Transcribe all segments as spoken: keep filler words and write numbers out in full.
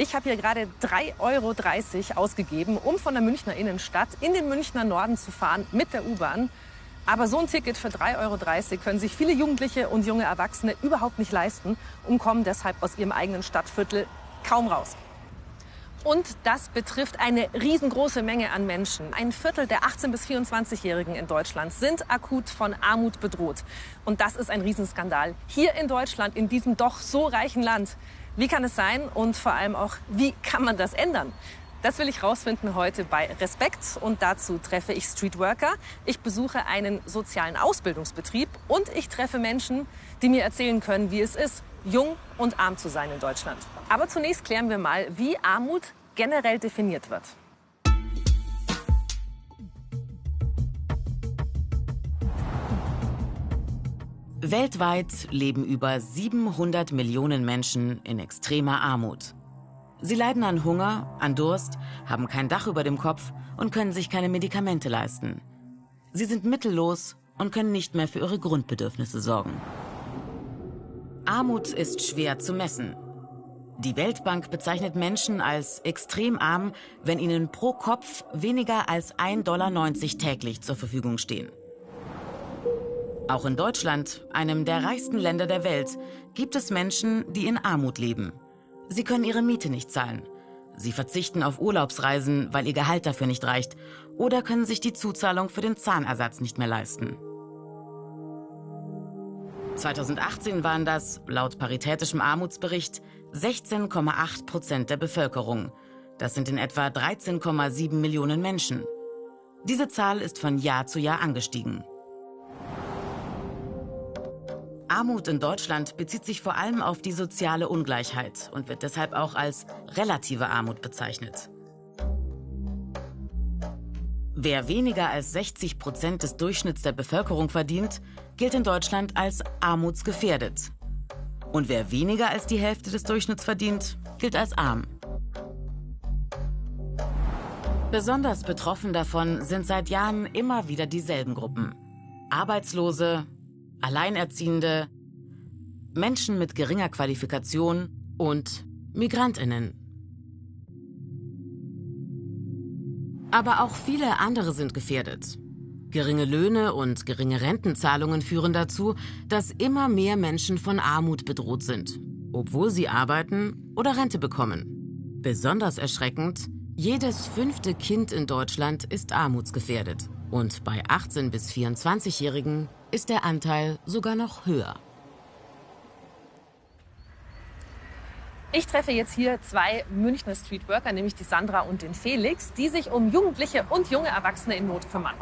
Ich habe hier gerade drei Euro dreißig ausgegeben, um von der Münchner Innenstadt in den Münchner Norden zu fahren mit der U-Bahn. Aber so ein Ticket für drei Euro dreißig können sich viele Jugendliche und junge Erwachsene überhaupt nicht leisten und kommen deshalb aus ihrem eigenen Stadtviertel kaum raus. Und das betrifft eine riesengroße Menge an Menschen. Ein Viertel der achtzehn- bis vierundzwanzigjährigen in Deutschland sind akut von Armut bedroht. Und das ist ein Riesenskandal. Hier in Deutschland, in diesem doch so reichen Land. Wie kann es sein und vor allem auch, wie kann man das ändern? Das will ich rausfinden heute bei Respekt und dazu treffe ich Streetworker. Ich besuche einen sozialen Ausbildungsbetrieb und ich treffe Menschen, die mir erzählen können, wie es ist, jung und arm zu sein in Deutschland. Aber zunächst klären wir mal, wie Armut generell definiert wird. Weltweit leben über siebenhundert Millionen Menschen in extremer Armut. Sie leiden an Hunger, an Durst, haben kein Dach über dem Kopf und können sich keine Medikamente leisten. Sie sind mittellos und können nicht mehr für ihre Grundbedürfnisse sorgen. Armut ist schwer zu messen. Die Weltbank bezeichnet Menschen als extrem arm, wenn ihnen pro Kopf weniger als ein Dollar neunzig täglich zur Verfügung stehen. Auch in Deutschland, einem der reichsten Länder der Welt, gibt es Menschen, die in Armut leben. Sie können ihre Miete nicht zahlen. Sie verzichten auf Urlaubsreisen, weil ihr Gehalt dafür nicht reicht, oder können sich die Zuzahlung für den Zahnersatz nicht mehr leisten. zweitausendachtzehn waren das, laut Paritätischem Armutsbericht, sechzehn Komma acht Prozent der Bevölkerung. Das sind in etwa dreizehn Komma sieben Millionen Menschen. Diese Zahl ist von Jahr zu Jahr angestiegen. Armut in Deutschland bezieht sich vor allem auf die soziale Ungleichheit und wird deshalb auch als relative Armut bezeichnet. Wer weniger als sechzig Prozent des Durchschnitts der Bevölkerung verdient, gilt in Deutschland als armutsgefährdet. Und wer weniger als die Hälfte des Durchschnitts verdient, gilt als arm. Besonders betroffen davon sind seit Jahren immer wieder dieselben Gruppen: Arbeitslose, Alleinerziehende, Menschen mit geringer Qualifikation und MigrantInnen. Aber auch viele andere sind gefährdet. Geringe Löhne und geringe Rentenzahlungen führen dazu, dass immer mehr Menschen von Armut bedroht sind, obwohl sie arbeiten oder Rente bekommen. Besonders erschreckend: jedes fünfte Kind in Deutschland ist armutsgefährdet. Und bei achtzehn- bis vierundzwanzigjährigen ist der Anteil sogar noch höher. Ich treffe jetzt hier zwei Münchner Streetworker, nämlich die Sandra und den Felix, die sich um Jugendliche und junge Erwachsene in Not kümmern.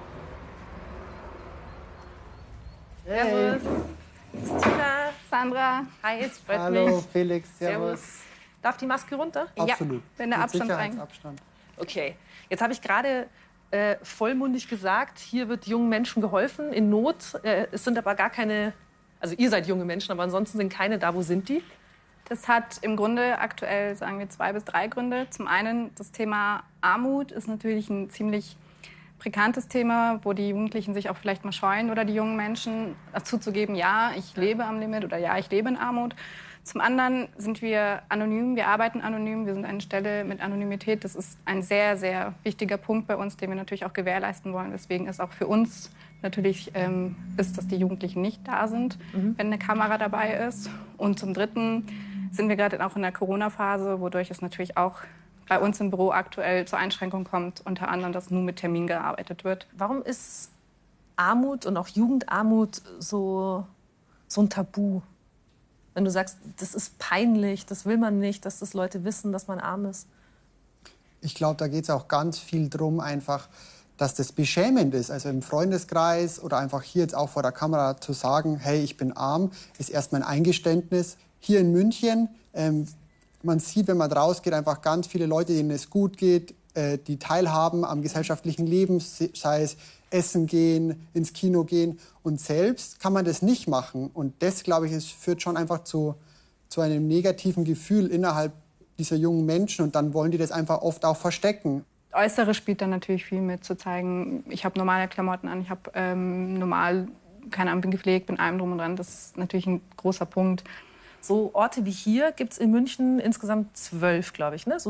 Hey. Servus. Christina. Sandra. Hi, es freut Hallo, mich. Felix. Servus. Darf die Maske runter? Absolut. Ja, wenn der Mit Abstand rein. Sicherheitsabstand. Okay. Jetzt habe ich gerade äh, vollmundig gesagt, hier wird jungen Menschen geholfen in Not. Äh, es sind aber gar keine, also ihr seid junge Menschen, aber ansonsten sind keine da. Wo sind die? Das hat im Grunde aktuell, sagen wir, zwei bis drei Gründe. Zum einen, das Thema Armut ist natürlich ein ziemlich brisantes Thema, wo die Jugendlichen sich auch vielleicht mal scheuen oder die jungen Menschen dazu zu geben, ja, ich lebe am Limit oder ja, ich lebe in Armut. Zum anderen sind wir anonym, wir arbeiten anonym, wir sind eine Stelle mit Anonymität. Das ist ein sehr, sehr wichtiger Punkt bei uns, den wir natürlich auch gewährleisten wollen. Deswegen ist auch für uns natürlich ähm, ist, dass die Jugendlichen nicht da sind, mhm. wenn eine Kamera dabei ist. Und zum Dritten sind wir gerade auch in der Corona-Phase, wodurch es natürlich auch bei uns im Büro aktuell zur Einschränkung kommt, unter anderem, dass nur mit Termin gearbeitet wird. Warum ist Armut und auch Jugendarmut so, so ein Tabu? Wenn du sagst, das ist peinlich, das will man nicht, dass das Leute wissen, dass man arm ist. Ich glaube, da geht es auch ganz viel darum, einfach, dass das beschämend ist. Also im Freundeskreis oder einfach hier jetzt auch vor der Kamera zu sagen, hey, ich bin arm, ist erstmal ein Eingeständnis. Hier in München, ähm, man sieht, wenn man rausgeht, einfach ganz viele Leute, denen es gut geht, äh, die teilhaben am gesellschaftlichen Leben, sei es essen gehen, ins Kino gehen. Und selbst kann man das nicht machen. Und das, glaube ich, es führt schon einfach zu, zu einem negativen Gefühl innerhalb dieser jungen Menschen. Und dann wollen die das einfach oft auch verstecken. Äußere spielt dann natürlich viel mit, zu zeigen, ich habe normale Klamotten an, ich habe ähm, normal, keine Ahnung, bin gepflegt, bin allem drum und dran. Das ist natürlich ein großer Punkt. So Orte wie hier gibt es in München insgesamt zwölf, glaube ich, ne? So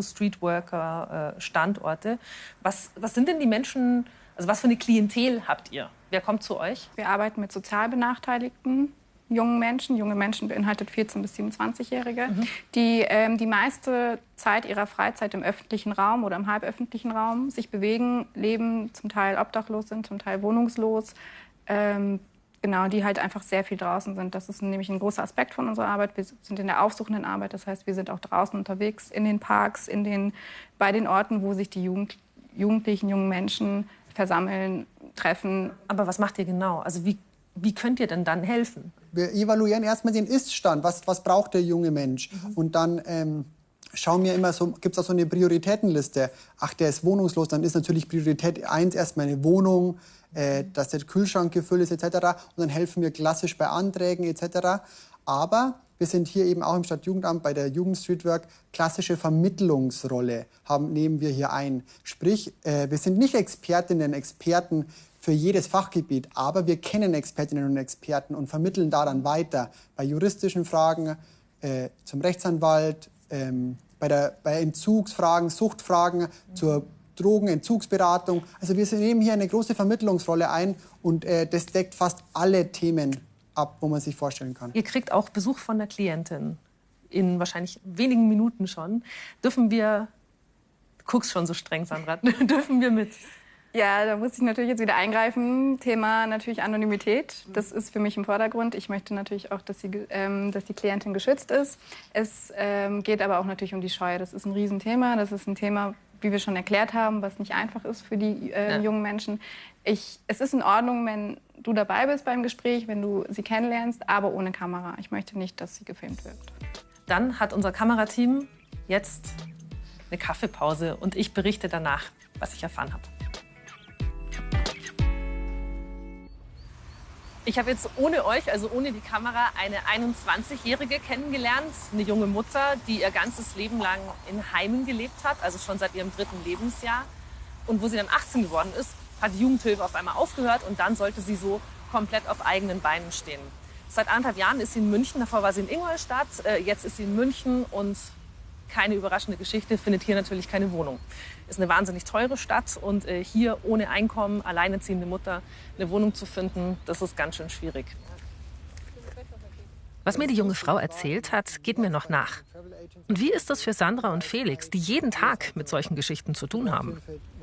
Streetworker-Standorte. Was, was sind denn die Menschen, also was für eine Klientel habt ihr? Wer kommt zu euch? Wir arbeiten mit sozial benachteiligten jungen Menschen. Junge Menschen beinhaltet vierzehn- bis siebenundzwanzigjährige, mhm. die ähm, die meiste Zeit ihrer Freizeit im öffentlichen Raum oder im halböffentlichen Raum sich bewegen, leben, zum Teil obdachlos sind, zum Teil wohnungslos. Ähm, genau, die halt einfach sehr viel draußen sind. Das ist nämlich ein großer Aspekt von unserer Arbeit. Wir sind in der aufsuchenden Arbeit, das heißt, wir sind auch draußen unterwegs, in den Parks, in den, bei den Orten, wo sich die Jugend, Jugendlichen, jungen Menschen versammeln, treffen. Aber was macht ihr genau? Also wie Wie könnt ihr denn dann helfen? Wir evaluieren erstmal den Ist-Stand. Was, was braucht der junge Mensch? Mhm. Und dann ähm, schauen wir immer, so, gibt es auch so eine Prioritätenliste. Ach, der ist wohnungslos, dann ist natürlich Priorität eins erstmal eine Wohnung, äh, dass der Kühlschrank gefüllt ist et cetera. Und dann helfen wir klassisch bei Anträgen et cetera. Aber wir sind hier eben auch im Stadtjugendamt bei der Jugendstreetwork. Klassische Vermittlungsrolle haben, nehmen wir hier ein. Sprich, äh, wir sind nicht Expertinnen, Experten für jedes Fachgebiet, aber wir kennen Expertinnen und Experten und vermitteln da dann weiter bei juristischen Fragen, äh, zum Rechtsanwalt, ähm, bei, der, bei Entzugsfragen, Suchtfragen, mhm. zur Drogenentzugsberatung. Also wir nehmen hier eine große Vermittlungsrolle ein und äh, das deckt fast alle Themen ab, wo man sich vorstellen kann. Ihr kriegt auch Besuch von der Klientin in wahrscheinlich wenigen Minuten schon. Dürfen wir, du guckst schon so streng, Sandra, dürfen wir mit? Ja, da muss ich natürlich jetzt wieder eingreifen. Thema natürlich Anonymität. Das ist für mich im Vordergrund. Ich möchte natürlich auch, dass die, ähm, dass die Klientin geschützt ist. Es ähm, geht aber auch natürlich um die Scheu. Das ist ein Riesenthema. Das ist ein Thema, wie wir schon erklärt haben, was nicht einfach ist für die äh, ja. jungen Menschen. Ich, es ist in Ordnung, wenn du dabei bist beim Gespräch, wenn du sie kennenlernst, aber ohne Kamera. Ich möchte nicht, dass sie gefilmt wird. Dann hat unser Kamerateam jetzt eine Kaffeepause und ich berichte danach, was ich erfahren habe. Ich habe jetzt ohne euch, also ohne die Kamera, eine einundzwanzigjährige kennengelernt. Eine junge Mutter, die ihr ganzes Leben lang in Heimen gelebt hat, also schon seit ihrem dritten Lebensjahr. Und wo sie dann achtzehn geworden ist, hat die Jugendhilfe auf einmal aufgehört und dann sollte sie so komplett auf eigenen Beinen stehen. Seit anderthalb Jahren ist sie in München, davor war sie in Ingolstadt, jetzt ist sie in München und keine überraschende Geschichte, findet hier natürlich keine Wohnung. Ist eine wahnsinnig teure Stadt und äh, hier ohne Einkommen, alleinerziehende Mutter, eine Wohnung zu finden, das ist ganz schön schwierig. Was mir die junge Frau erzählt hat, geht mir noch nach. Und wie ist das für Sandra und Felix, die jeden Tag mit solchen Geschichten zu tun haben?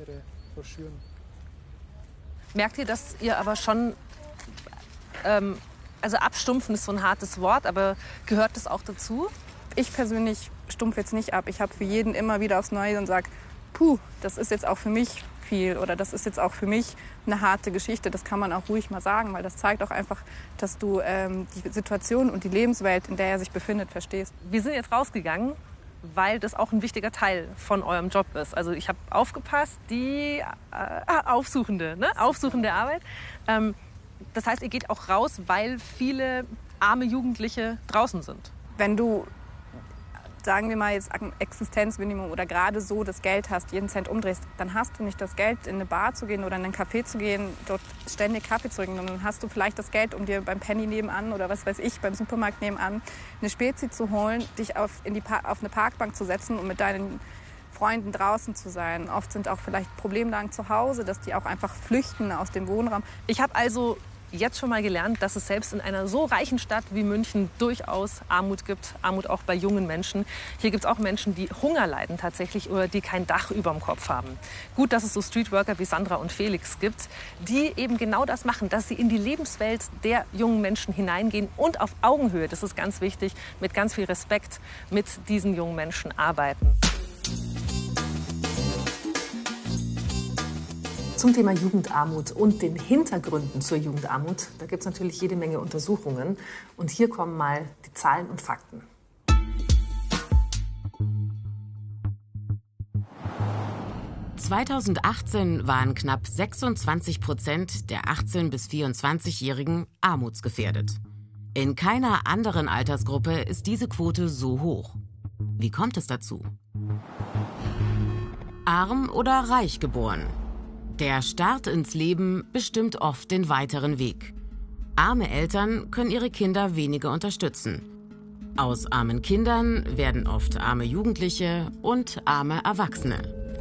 Merkt ihr, dass ihr aber schon, ähm, also abstumpfen ist so ein hartes Wort, aber gehört das auch dazu? Ich persönlich stumpfe jetzt nicht ab. Ich habe für jeden immer wieder aufs Neue und sage, puh, das ist jetzt auch für mich viel oder das ist jetzt auch für mich eine harte Geschichte. Das kann man auch ruhig mal sagen, weil das zeigt auch einfach, dass du ähm, die Situation und die Lebenswelt, in der er sich befindet, verstehst. Wir sind jetzt rausgegangen, weil das auch ein wichtiger Teil von eurem Job ist. Also ich habe aufgepasst, die äh, Aufsuchende, ne? Aufsuchende Arbeit. Ähm, das heißt, ihr geht auch raus, weil viele arme Jugendliche draußen sind. Wenn du, sagen wir mal jetzt Existenzminimum oder gerade so das Geld hast, jeden Cent umdrehst, dann hast du nicht das Geld, in eine Bar zu gehen oder in einen Café zu gehen, dort ständig Kaffee zu trinken. Und dann hast du vielleicht das Geld, um dir beim Penny nebenan oder was weiß ich, beim Supermarkt nebenan eine Spezi zu holen, dich auf, in die auf eine Parkbank zu setzen und mit deinen Freunden draußen zu sein. Oft sind auch vielleicht Problemlagen zu Hause, dass die auch einfach flüchten aus dem Wohnraum. Ich habe also jetzt schon mal gelernt, dass es selbst in einer so reichen Stadt wie München durchaus Armut gibt. Armut auch bei jungen Menschen. Hier gibt es auch Menschen, die Hunger leiden tatsächlich oder die kein Dach über dem Kopf haben. Gut, dass es so Streetworker wie Sandra und Felix gibt, die eben genau das machen, dass sie in die Lebenswelt der jungen Menschen hineingehen und auf Augenhöhe, das ist ganz wichtig, mit ganz viel Respekt mit diesen jungen Menschen arbeiten. Zum Thema Jugendarmut und den Hintergründen zur Jugendarmut, da gibt es natürlich jede Menge Untersuchungen. Und hier kommen mal die Zahlen und Fakten. zweitausendachtzehn waren knapp sechsundzwanzig Prozent der achtzehn- bis vierundzwanzigjährigen armutsgefährdet. In keiner anderen Altersgruppe ist diese Quote so hoch. Wie kommt es dazu? Arm oder reich geboren? Der Start ins Leben bestimmt oft den weiteren Weg. Arme Eltern können ihre Kinder weniger unterstützen. Aus armen Kindern werden oft arme Jugendliche und arme Erwachsene.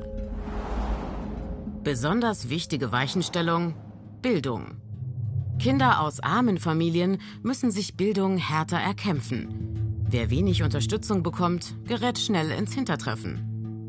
Besonders wichtige Weichenstellung: Bildung. Kinder aus armen Familien müssen sich Bildung härter erkämpfen. Wer wenig Unterstützung bekommt, gerät schnell ins Hintertreffen.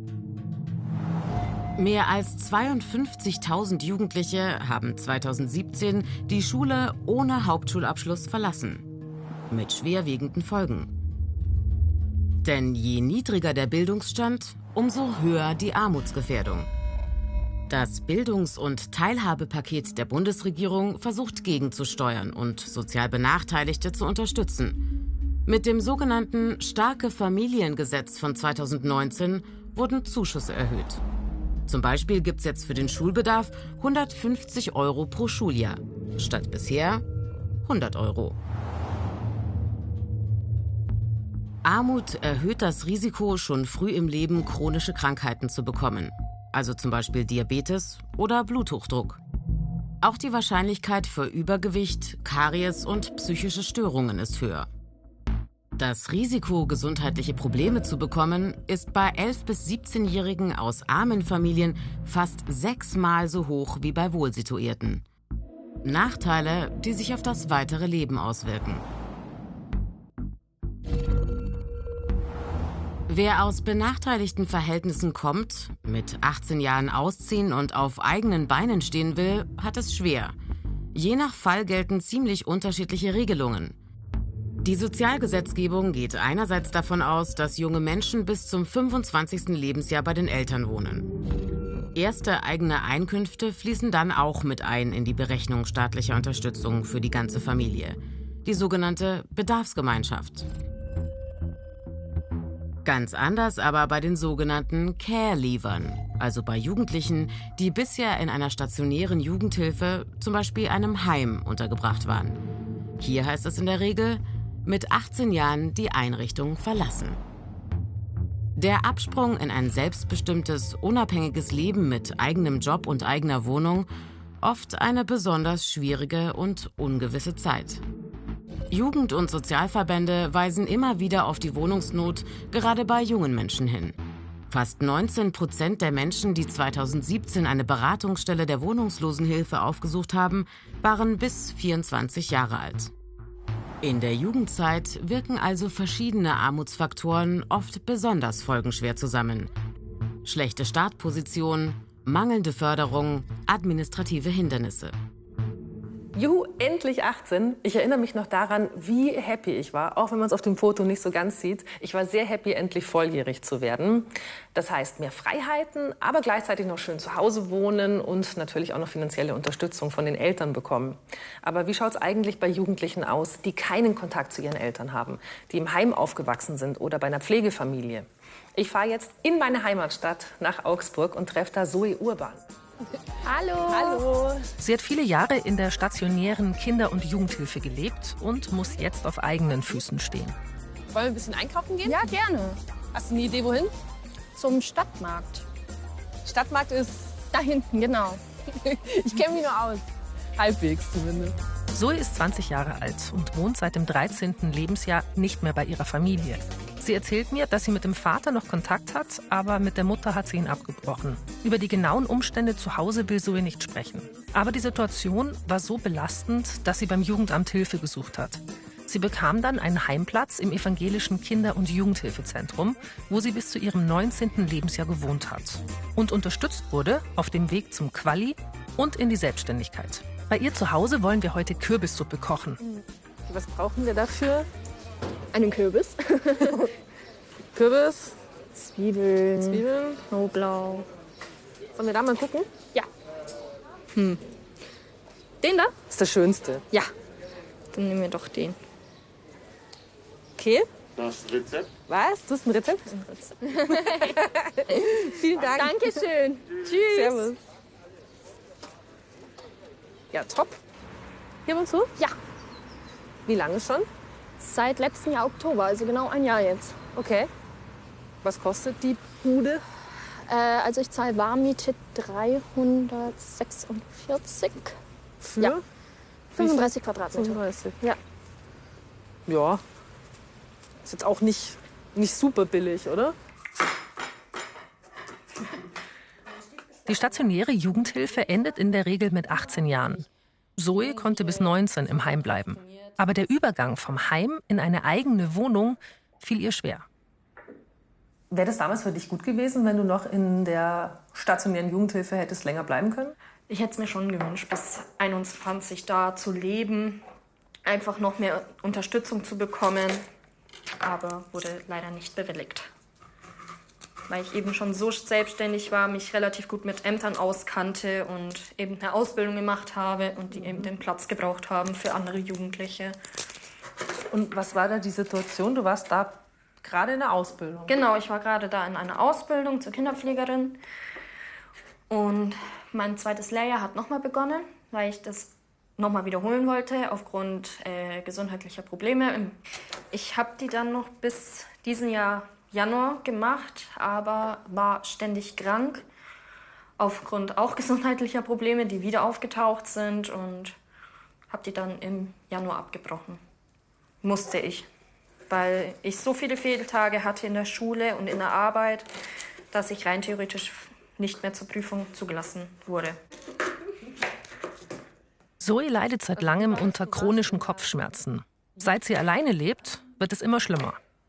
Mehr als zweiundfünfzigtausend Jugendliche haben zweitausendsiebzehn die Schule ohne Hauptschulabschluss verlassen. Mit schwerwiegenden Folgen. Denn je niedriger der Bildungsstand, umso höher die Armutsgefährdung. Das Bildungs- und Teilhabepaket der Bundesregierung versucht gegenzusteuern und sozial Benachteiligte zu unterstützen. Mit dem sogenannten Starke-Familien-Gesetz von zweitausendneunzehn wurden Zuschüsse erhöht. Zum Beispiel gibt es jetzt für den Schulbedarf hundertfünfzig Euro pro Schuljahr, statt bisher hundert Euro. Armut erhöht das Risiko, schon früh im Leben chronische Krankheiten zu bekommen, also zum Beispiel Diabetes oder Bluthochdruck. Auch die Wahrscheinlichkeit für Übergewicht, Karies und psychische Störungen ist höher. Das Risiko, gesundheitliche Probleme zu bekommen, ist bei elf- bis siebzehnjährigen aus armen Familien fast sechsmal so hoch wie bei Wohlsituierten. Nachteile, die sich auf das weitere Leben auswirken. Wer aus benachteiligten Verhältnissen kommt, mit achtzehn Jahren ausziehen und auf eigenen Beinen stehen will, hat es schwer. Je nach Fall gelten ziemlich unterschiedliche Regelungen. Die Sozialgesetzgebung geht einerseits davon aus, dass junge Menschen bis zum fünfundzwanzigsten Lebensjahr bei den Eltern wohnen. Erste eigene Einkünfte fließen dann auch mit ein in die Berechnung staatlicher Unterstützung für die ganze Familie, die sogenannte Bedarfsgemeinschaft. Ganz anders aber bei den sogenannten Care-Leavern, also bei Jugendlichen, die bisher in einer stationären Jugendhilfe, zum Beispiel einem Heim, untergebracht waren. Hier heißt es in der Regel: mit achtzehn Jahren die Einrichtung verlassen. Der Absprung in ein selbstbestimmtes, unabhängiges Leben mit eigenem Job und eigener Wohnung, oft eine besonders schwierige und ungewisse Zeit. Jugend- und Sozialverbände weisen immer wieder auf die Wohnungsnot, gerade bei jungen Menschen hin. Fast neunzehn Prozent der Menschen, die zweitausendsiebzehn eine Beratungsstelle der Wohnungslosenhilfe aufgesucht haben, waren bis vierundzwanzig Jahre alt. In der Jugendzeit wirken also verschiedene Armutsfaktoren oft besonders folgenschwer zusammen. Schlechte Startposition, mangelnde Förderung, administrative Hindernisse. Juhu, endlich achtzehn. Ich erinnere mich noch daran, wie happy ich war, auch wenn man es auf dem Foto nicht so ganz sieht. Ich war sehr happy, endlich volljährig zu werden. Das heißt, mehr Freiheiten, aber gleichzeitig noch schön zu Hause wohnen und natürlich auch noch finanzielle Unterstützung von den Eltern bekommen. Aber wie schaut es eigentlich bei Jugendlichen aus, die keinen Kontakt zu ihren Eltern haben, die im Heim aufgewachsen sind oder bei einer Pflegefamilie? Ich fahre jetzt in meine Heimatstadt nach Augsburg und treffe da Zoe Urban. Hallo. Hallo. Sie hat viele Jahre in der stationären Kinder- und Jugendhilfe gelebt und muss jetzt auf eigenen Füßen stehen. Wollen wir ein bisschen einkaufen gehen? Ja, gerne. Hast du eine Idee, wohin? Zum Stadtmarkt. Stadtmarkt ist... Da hinten, genau. Ich kenne mich nur aus. Halbwegs zumindest. Zoe ist zwanzig Jahre alt und wohnt seit dem dreizehnten Lebensjahr nicht mehr bei ihrer Familie. Sie erzählt mir, dass sie mit dem Vater noch Kontakt hat, aber mit der Mutter hat sie ihn abgebrochen. Über die genauen Umstände zu Hause will Zoe nicht sprechen. Aber die Situation war so belastend, dass sie beim Jugendamt Hilfe gesucht hat. Sie bekam dann einen Heimplatz im evangelischen Kinder- und Jugendhilfezentrum, wo sie bis zu ihrem neunzehnten Lebensjahr gewohnt hat. Und unterstützt wurde auf dem Weg zum Quali und in die Selbstständigkeit. Bei ihr zu Hause wollen wir heute Kürbissuppe kochen. Was brauchen wir dafür? Einen Kürbis. Kürbis, Zwiebeln. Zwiebeln. Knoblauch. Sollen wir da mal gucken? Ja. Hm. Den da? Das ist der schönste. Ja. Dann nehmen wir doch den. Okay. Das Rezept? Was? Du hast ein Rezept? Vielen Dank. Dankeschön. Tschüss. Servus. Ja, top. Hier und zu? Ja. Wie lange schon? Seit letztem Jahr Oktober, also genau ein Jahr jetzt. Okay. Was kostet die Bude? Äh, also ich zahle Warmmiete dreihundertsechsundvierzig. Für? Ja. fünfunddreißig Quadratmeter. fünfunddreißig. Ja. Ja. Ist jetzt auch nicht, nicht super billig, oder? Die stationäre Jugendhilfe endet in der Regel mit achtzehn Jahren. Zoe konnte bis neunzehn im Heim bleiben. Aber der Übergang vom Heim in eine eigene Wohnung fiel ihr schwer. Wäre das damals für dich gut gewesen, wenn du noch in der stationären Jugendhilfe hättest länger bleiben können? Ich hätte es mir schon gewünscht, bis einundzwanzig da zu leben, einfach noch mehr Unterstützung zu bekommen, aber wurde leider nicht bewilligt. Weil ich eben schon so selbstständig war, mich relativ gut mit Ämtern auskannte und eben eine Ausbildung gemacht habe und die eben den Platz gebraucht haben für andere Jugendliche. Und was war da die Situation? Du warst da gerade in der Ausbildung? Genau, ich war gerade da in einer Ausbildung zur Kinderpflegerin. Und mein zweites Lehrjahr hat nochmal begonnen, weil ich das nochmal wiederholen wollte aufgrund äh, gesundheitlicher Probleme. Ich habe die dann noch bis diesen Jahr Januar gemacht, aber war ständig krank aufgrund auch gesundheitlicher Probleme, die wieder aufgetaucht sind, und habe die dann im Januar abgebrochen. Musste ich, weil ich so viele Fehltage hatte in der Schule und in der Arbeit, dass ich rein theoretisch nicht mehr zur Prüfung zugelassen wurde. Zoe leidet seit langem unter chronischen Kopfschmerzen. Seit sie alleine lebt, wird es immer schlimmer.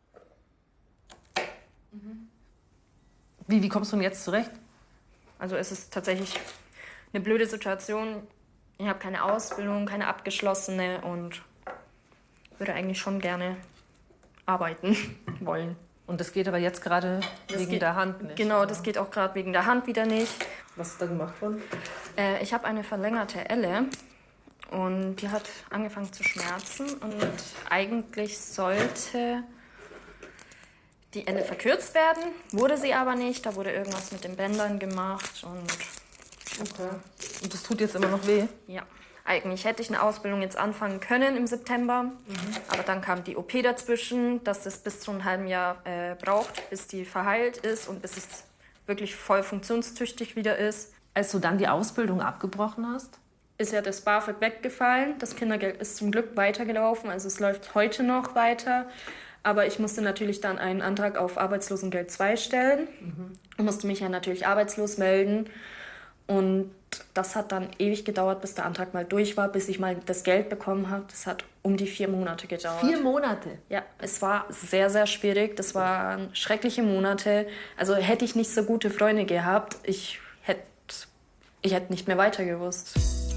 Wie, wie kommst du denn jetzt zurecht? Also es ist tatsächlich eine blöde Situation. Ich habe keine Ausbildung, keine abgeschlossene und würde eigentlich schon gerne arbeiten wollen. Und das geht aber jetzt gerade wegen geht, der Hand nicht? Genau, oder? Das geht auch gerade wegen der Hand wieder nicht. Was ist da gemacht worden? Äh, ich habe eine verlängerte Elle und die hat angefangen zu schmerzen. Und eigentlich sollte die Elle verkürzt werden, wurde sie aber nicht. Da wurde irgendwas mit den Bändern gemacht. Und okay. Und das tut jetzt immer noch weh? Ja. Eigentlich hätte ich eine Ausbildung jetzt anfangen können im September, mhm. aber dann kam die O P dazwischen, dass es bis zu einem halben Jahr äh, braucht, bis die verheilt ist und bis es wirklich voll funktionstüchtig wieder ist. Als du dann die Ausbildung abgebrochen hast? Ist ja das BAföG weggefallen. Das Kindergeld ist zum Glück weitergelaufen, also es läuft heute noch weiter. Aber ich musste natürlich dann einen Antrag auf Arbeitslosengeld zwei stellen mhm. und musste mich ja natürlich arbeitslos melden. Und das hat dann ewig gedauert, bis der Antrag mal durch war, bis ich mal das Geld bekommen habe. Das hat um die vier Monate gedauert. Vier Monate? Ja, es war sehr, sehr schwierig. Das waren schreckliche Monate. Also hätte ich nicht so gute Freunde gehabt, ich hätte ich hätt nicht mehr weitergewusst.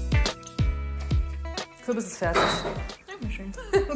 Kürbis ist fertig. Dankeschön.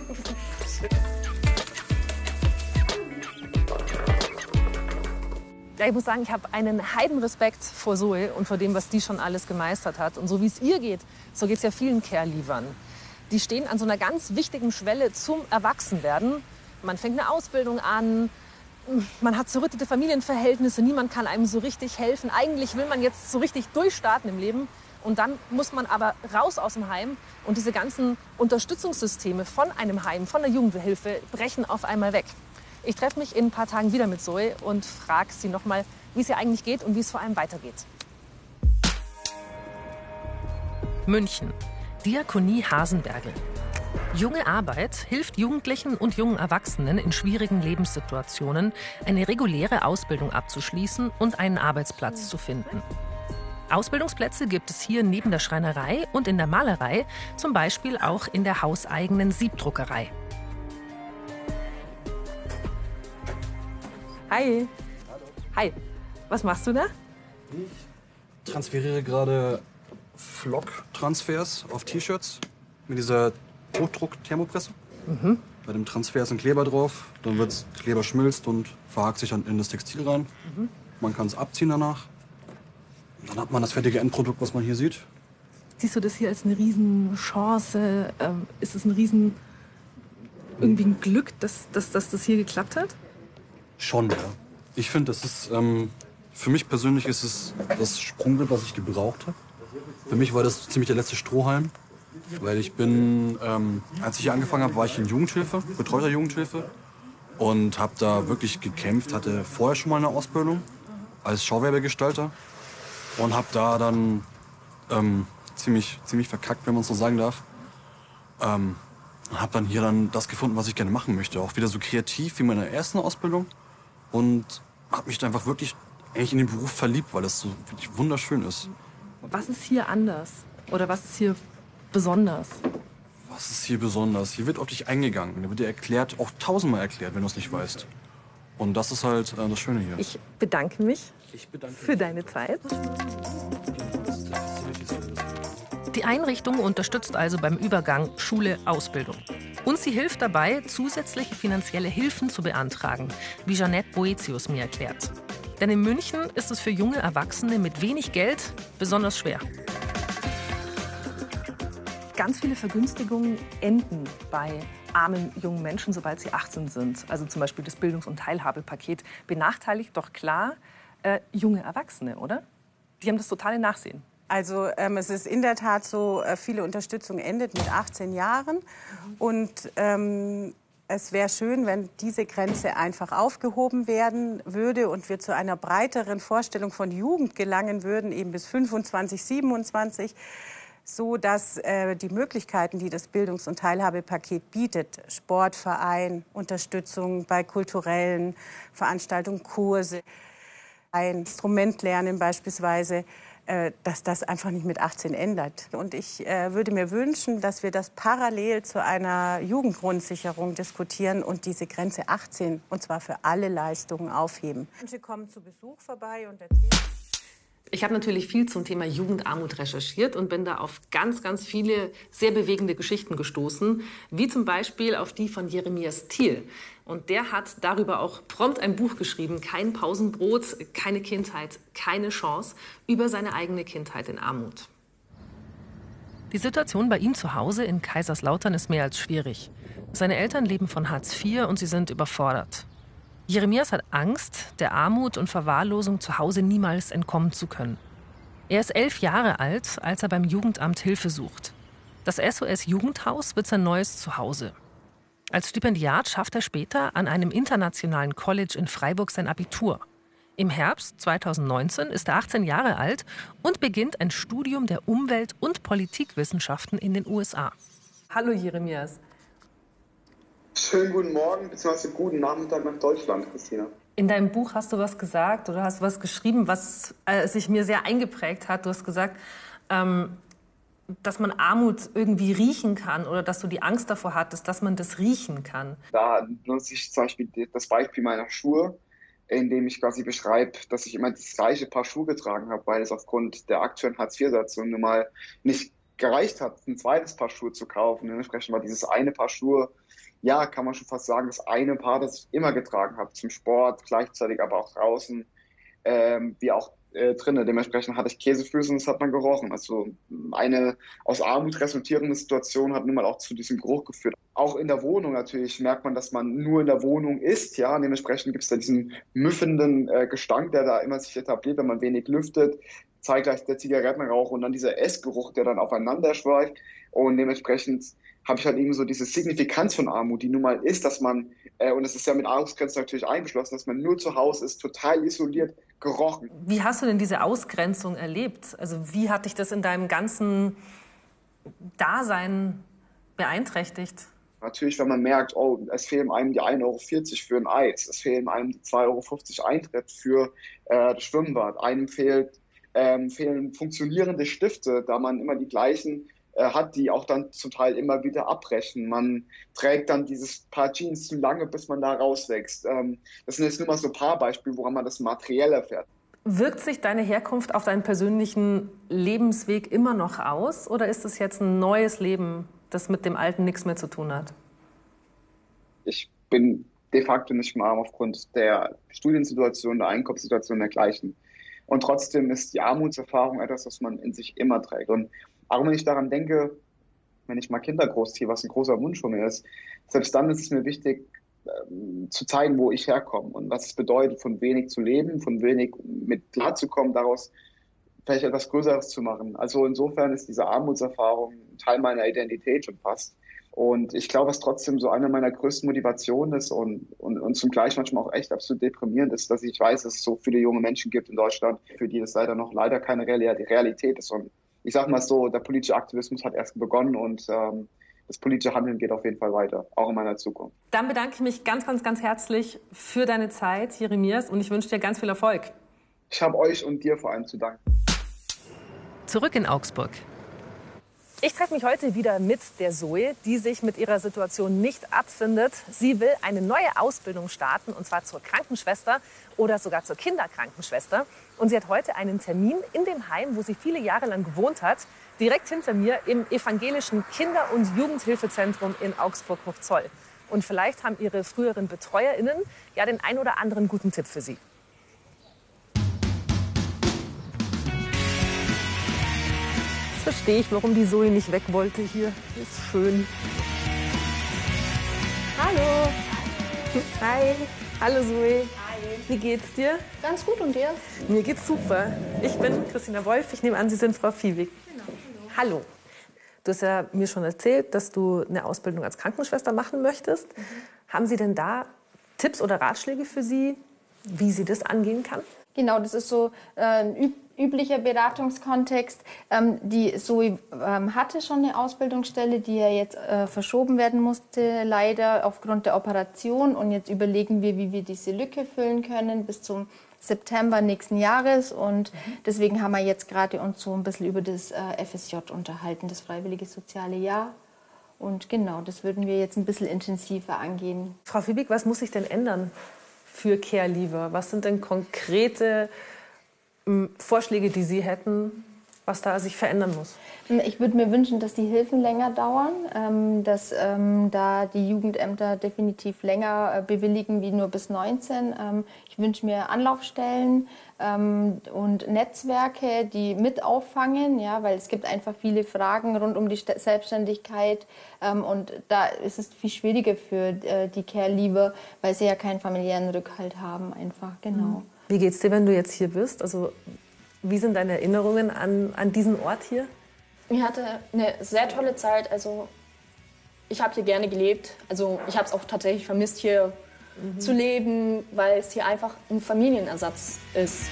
Ja, ich muss sagen, ich habe einen Heidenrespekt vor Zoe und vor dem, was die schon alles gemeistert hat. Und so wie es ihr geht, so geht es ja vielen Care-Leavern. Die stehen an so einer ganz wichtigen Schwelle zum Erwachsenwerden. Man fängt eine Ausbildung an, man hat zerrüttete Familienverhältnisse, niemand kann einem so richtig helfen. Eigentlich will man jetzt so richtig durchstarten im Leben. Und dann muss man aber raus aus dem Heim und diese ganzen Unterstützungssysteme von einem Heim, von der Jugendhilfe, brechen auf einmal weg. Ich treffe mich in ein paar Tagen wieder mit Zoe und frage sie noch mal, wie es ihr eigentlich geht und wie es vor allem weitergeht. München. Diakonie Hasenbergl. Junge Arbeit hilft Jugendlichen und jungen Erwachsenen in schwierigen Lebenssituationen, eine reguläre Ausbildung abzuschließen und einen Arbeitsplatz zu finden. Ausbildungsplätze gibt es hier neben der Schreinerei und in der Malerei, zum Beispiel auch in der hauseigenen Siebdruckerei. Hi. Hi. Was machst du da? Ich transferiere gerade Flock-Transfers auf T-Shirts mit dieser Hochdruck-Thermopresse. Mhm. Bei dem Transfer ist ein Kleber drauf, dann wird Kleber schmilzt und verhakt sich dann in das Textil rein. Mhm. Man kann es abziehen danach. Und dann hat man das fertige Endprodukt, was man hier sieht. Siehst du das hier als eine Riesenchance? Ähm, ist es ein Riesen irgendwie ein Glück, dass, dass, dass das hier geklappt hat? Schon, ja. Ich finde, das ist, ähm, für mich persönlich ist es das Sprungbrett, was ich gebraucht habe. Für mich war das ziemlich der letzte Strohhalm, weil ich bin, ähm, als ich hier angefangen habe, war ich in Jugendhilfe, betreuter Jugendhilfe und habe da wirklich gekämpft, hatte vorher schon mal eine Ausbildung als Schauwerbegestalter und habe da dann ähm, ziemlich, ziemlich verkackt, wenn man es so sagen darf. Ähm, habe dann hier dann das gefunden, was ich gerne machen möchte. Auch wieder so kreativ wie in meiner ersten Ausbildung. Und habe mich dann einfach wirklich eigentlich in den Beruf verliebt, weil es so wirklich wunderschön ist. Was ist hier anders? Oder was ist hier besonders? Was ist hier besonders? Hier wird auf dich eingegangen. Da wird dir erklärt, auch tausendmal erklärt, wenn du es nicht weißt. Und das ist halt äh, das Schöne hier. Ich bedanke mich Ich bedanke für deine Zeit. Die Einrichtung unterstützt also beim Übergang Schule-Ausbildung. Und sie hilft dabei, zusätzliche finanzielle Hilfen zu beantragen, wie Jeanette Boetius mir erklärt. Denn in München ist es für junge Erwachsene mit wenig Geld besonders schwer. Ganz viele Vergünstigungen enden bei armen jungen Menschen, sobald sie achtzehn sind. Also zum Beispiel das Bildungs- und Teilhabepaket benachteiligt doch klar äh, junge Erwachsene, oder? Die haben das totale Nachsehen. Also ähm, es ist in der Tat so, äh, viele Unterstützung endet mit achtzehn Jahren. Und ähm, es wäre schön, wenn diese Grenze einfach aufgehoben werden würde und wir zu einer breiteren Vorstellung von Jugend gelangen würden, eben bis fünfundzwanzig, siebenundzwanzig, so dass äh, die Möglichkeiten, die das Bildungs- und Teilhabepaket bietet, Sportverein, Unterstützung bei kulturellen Veranstaltungen, Kurse, ein Instrument lernen beispielsweise, dass das einfach nicht mit achtzehn ändert. Und ich äh, würde mir wünschen, dass wir das parallel zu einer Jugendgrundsicherung diskutieren und diese Grenze achtzehn, und zwar für alle Leistungen, aufheben. Manche kommen zu Besuch vorbei und erzählen. Ich habe natürlich viel zum Thema Jugendarmut recherchiert und bin da auf ganz, ganz viele sehr bewegende Geschichten gestoßen, wie zum Beispiel auf die von Jeremias Thiel. Und der hat darüber auch prompt ein Buch geschrieben, Kein Pausenbrot, keine Kindheit, keine Chance, über seine eigene Kindheit in Armut. Die Situation bei ihm zu Hause in Kaiserslautern ist mehr als schwierig. Seine Eltern leben von Hartz vier und sie sind überfordert. Jeremias hat Angst, der Armut und Verwahrlosung zu Hause niemals entkommen zu können. Er ist elf Jahre alt, als er beim Jugendamt Hilfe sucht. Das S O S-Jugendhaus wird sein neues Zuhause. Als Stipendiat schafft er später an einem internationalen College in Freiburg sein Abitur. Im Herbst zweitausendneunzehn ist er achtzehn Jahre alt und beginnt ein Studium der Umwelt- und Politikwissenschaften in den U S A. Hallo Jeremias. Schönen guten Morgen bzw. guten Nachmittag nach Deutschland, Christina. In deinem Buch hast du was gesagt oder hast was geschrieben, was äh, sich mir sehr eingeprägt hat. Du hast gesagt, ähm, dass man Armut irgendwie riechen kann oder dass du die Angst davor hattest, dass man das riechen kann. Da nutze ich zum Beispiel das Beispiel meiner Schuhe, in dem ich quasi beschreibe, dass ich immer das gleiche Paar Schuhe getragen habe, weil es aufgrund der aktuellen Hartz vier Satzung nun mal nicht gereicht hat, ein zweites Paar Schuhe zu kaufen. Dementsprechend war dieses eine Paar Schuhe, ja, kann man schon fast sagen, das eine Paar, das ich immer getragen habe, zum Sport, gleichzeitig aber auch draußen, ähm, wie auch äh, drinnen. Dementsprechend hatte ich Käsefüße und das hat man gerochen. Also eine aus Armut resultierende Situation hat nun mal auch zu diesem Geruch geführt. Auch in der Wohnung natürlich merkt man, dass man nur in der Wohnung ist. Ja, dementsprechend gibt es da diesen müffenden äh, Gestank, der da immer sich etabliert, wenn man wenig lüftet. Zeitgleich der Zigarettenrauch und dann dieser Essgeruch, der dann aufeinander schweift. Und dementsprechend habe ich halt eben so diese Signifikanz von Armut, die nun mal ist, dass man, äh, und es ist ja mit Armutsgrenzen natürlich eingeschlossen, dass man nur zu Hause ist, total isoliert, gerochen. Wie hast du denn diese Ausgrenzung erlebt? Also wie hat dich das in deinem ganzen Dasein beeinträchtigt? Natürlich, wenn man merkt, oh, es fehlen einem die ein Euro vierzig für ein Eis, es fehlen einem die zwei Euro fünfzig Eintritt für äh, das Schwimmbad, einem fehlt, ähm, fehlen funktionierende Stifte, da man immer die gleichen hat, die auch dann zum Teil immer wieder abbrechen. Man trägt dann dieses Paar Jeans zu lange, bis man da rauswächst. Das sind jetzt nur mal so ein paar Beispiele, woran man das materiell erfährt. Wirkt sich deine Herkunft auf deinen persönlichen Lebensweg immer noch aus? Oder ist es jetzt ein neues Leben, das mit dem Alten nichts mehr zu tun hat? Ich bin de facto nicht mehr arm aufgrund der Studiensituation, der Einkommenssituation dergleichen. Und trotzdem ist die Armutserfahrung etwas, was man in sich immer trägt. Und auch wenn ich daran denke, wenn ich mal Kinder großziehe, was ein großer Wunsch von mir ist, selbst dann ist es mir wichtig, ähm, zu zeigen, wo ich herkomme und was es bedeutet, von wenig zu leben, von wenig mit klarzukommen, daraus vielleicht etwas Größeres zu machen. Also insofern ist diese Armutserfahrung Teil meiner Identität schon fast. Und ich glaube, was trotzdem so eine meiner größten Motivationen ist und, und, und zum Gleich manchmal auch echt absolut deprimierend ist, dass ich weiß, dass es so viele junge Menschen gibt in Deutschland, für die das leider noch leider keine Realität ist. Und ich sag mal so, der politische Aktivismus hat erst begonnen und ähm, das politische Handeln geht auf jeden Fall weiter, auch in meiner Zukunft. Dann bedanke ich mich ganz, ganz, ganz herzlich für deine Zeit, Jeremias, und ich wünsche dir ganz viel Erfolg. Ich habe euch und dir vor allem zu danken. Zurück in Augsburg. Ich treffe mich heute wieder mit der Zoe, die sich mit ihrer Situation nicht abfindet. Sie will eine neue Ausbildung starten, und zwar zur Krankenschwester oder sogar zur Kinderkrankenschwester. Und sie hat heute einen Termin in dem Heim, wo sie viele Jahre lang gewohnt hat, direkt hinter mir im evangelischen Kinder- und Jugendhilfezentrum in Augsburg-Hochzoll. Und vielleicht haben ihre früheren BetreuerInnen ja den ein oder anderen guten Tipp für sie. Jetzt verstehe ich, warum die Zoe nicht weg wollte hier. Ist schön. Hallo. Hi. Hallo Zoe. Hi. Wie geht's dir? Ganz gut, und dir? Mir geht's super. Ich bin Christina Wolf. Ich nehme an, Sie sind Frau Fiebig. Genau. Hallo. Hallo. Du hast ja mir schon erzählt, dass du eine Ausbildung als Krankenschwester machen möchtest. Mhm. Haben Sie denn da Tipps oder Ratschläge für Sie, wie sie das angehen kann? Genau, das ist so äh, ein üb üblicher Beratungskontext. Ähm, die Zoe ähm, hatte schon eine Ausbildungsstelle, die ja jetzt äh, verschoben werden musste, leider aufgrund der Operation. Und jetzt überlegen wir, wie wir diese Lücke füllen können bis zum September nächsten Jahres. Und mhm. deswegen haben wir jetzt gerade uns so ein bisschen über das äh, F S J unterhalten, das Freiwillige Soziale Jahr. Und genau, das würden wir jetzt ein bisschen intensiver angehen. Frau Fiebig, was muss sich denn ändern für Care Leaver? Was sind denn konkrete m, Vorschläge, die Sie hätten, was da sich verändern muss? Ich würde mir wünschen, dass die Hilfen länger dauern, ähm, dass ähm, da die Jugendämter definitiv länger äh, bewilligen wie nur bis neunzehn. Ähm, ich wünsche mir Anlaufstellen ähm, und Netzwerke, die mit auffangen, ja, weil es gibt einfach viele Fragen rund um die St Selbstständigkeit ähm, und da ist es viel schwieriger für äh, die Care Leaver, weil sie ja keinen familiären Rückhalt haben, einfach, genau. Wie geht's dir, wenn du jetzt hier bist? Also wie sind deine Erinnerungen an, an diesen Ort hier? Ich hatte eine sehr tolle Zeit. Also ich habe hier gerne gelebt. Also ich habe es auch tatsächlich vermisst, hier mhm. zu leben, weil es hier einfach ein Familienersatz ist.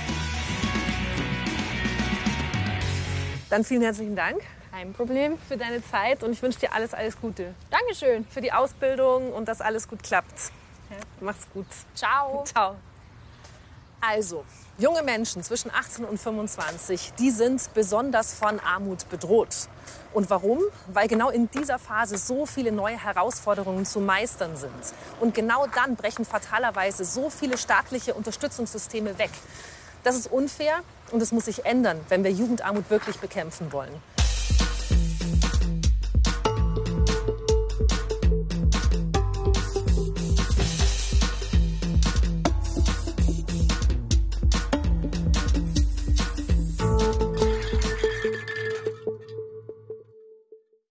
Dann vielen herzlichen Dank. Kein Problem. Für deine Zeit und ich wünsche dir alles, alles Gute. Dankeschön. Für die Ausbildung und dass alles gut klappt. Ja. Mach's gut. Ciao. Ciao. Also, junge Menschen zwischen achtzehn und fünfundzwanzig, die sind besonders von Armut bedroht. Und warum? Weil genau in dieser Phase so viele neue Herausforderungen zu meistern sind. Und genau dann brechen fatalerweise so viele staatliche Unterstützungssysteme weg. Das ist unfair und es muss sich ändern, wenn wir Jugendarmut wirklich bekämpfen wollen.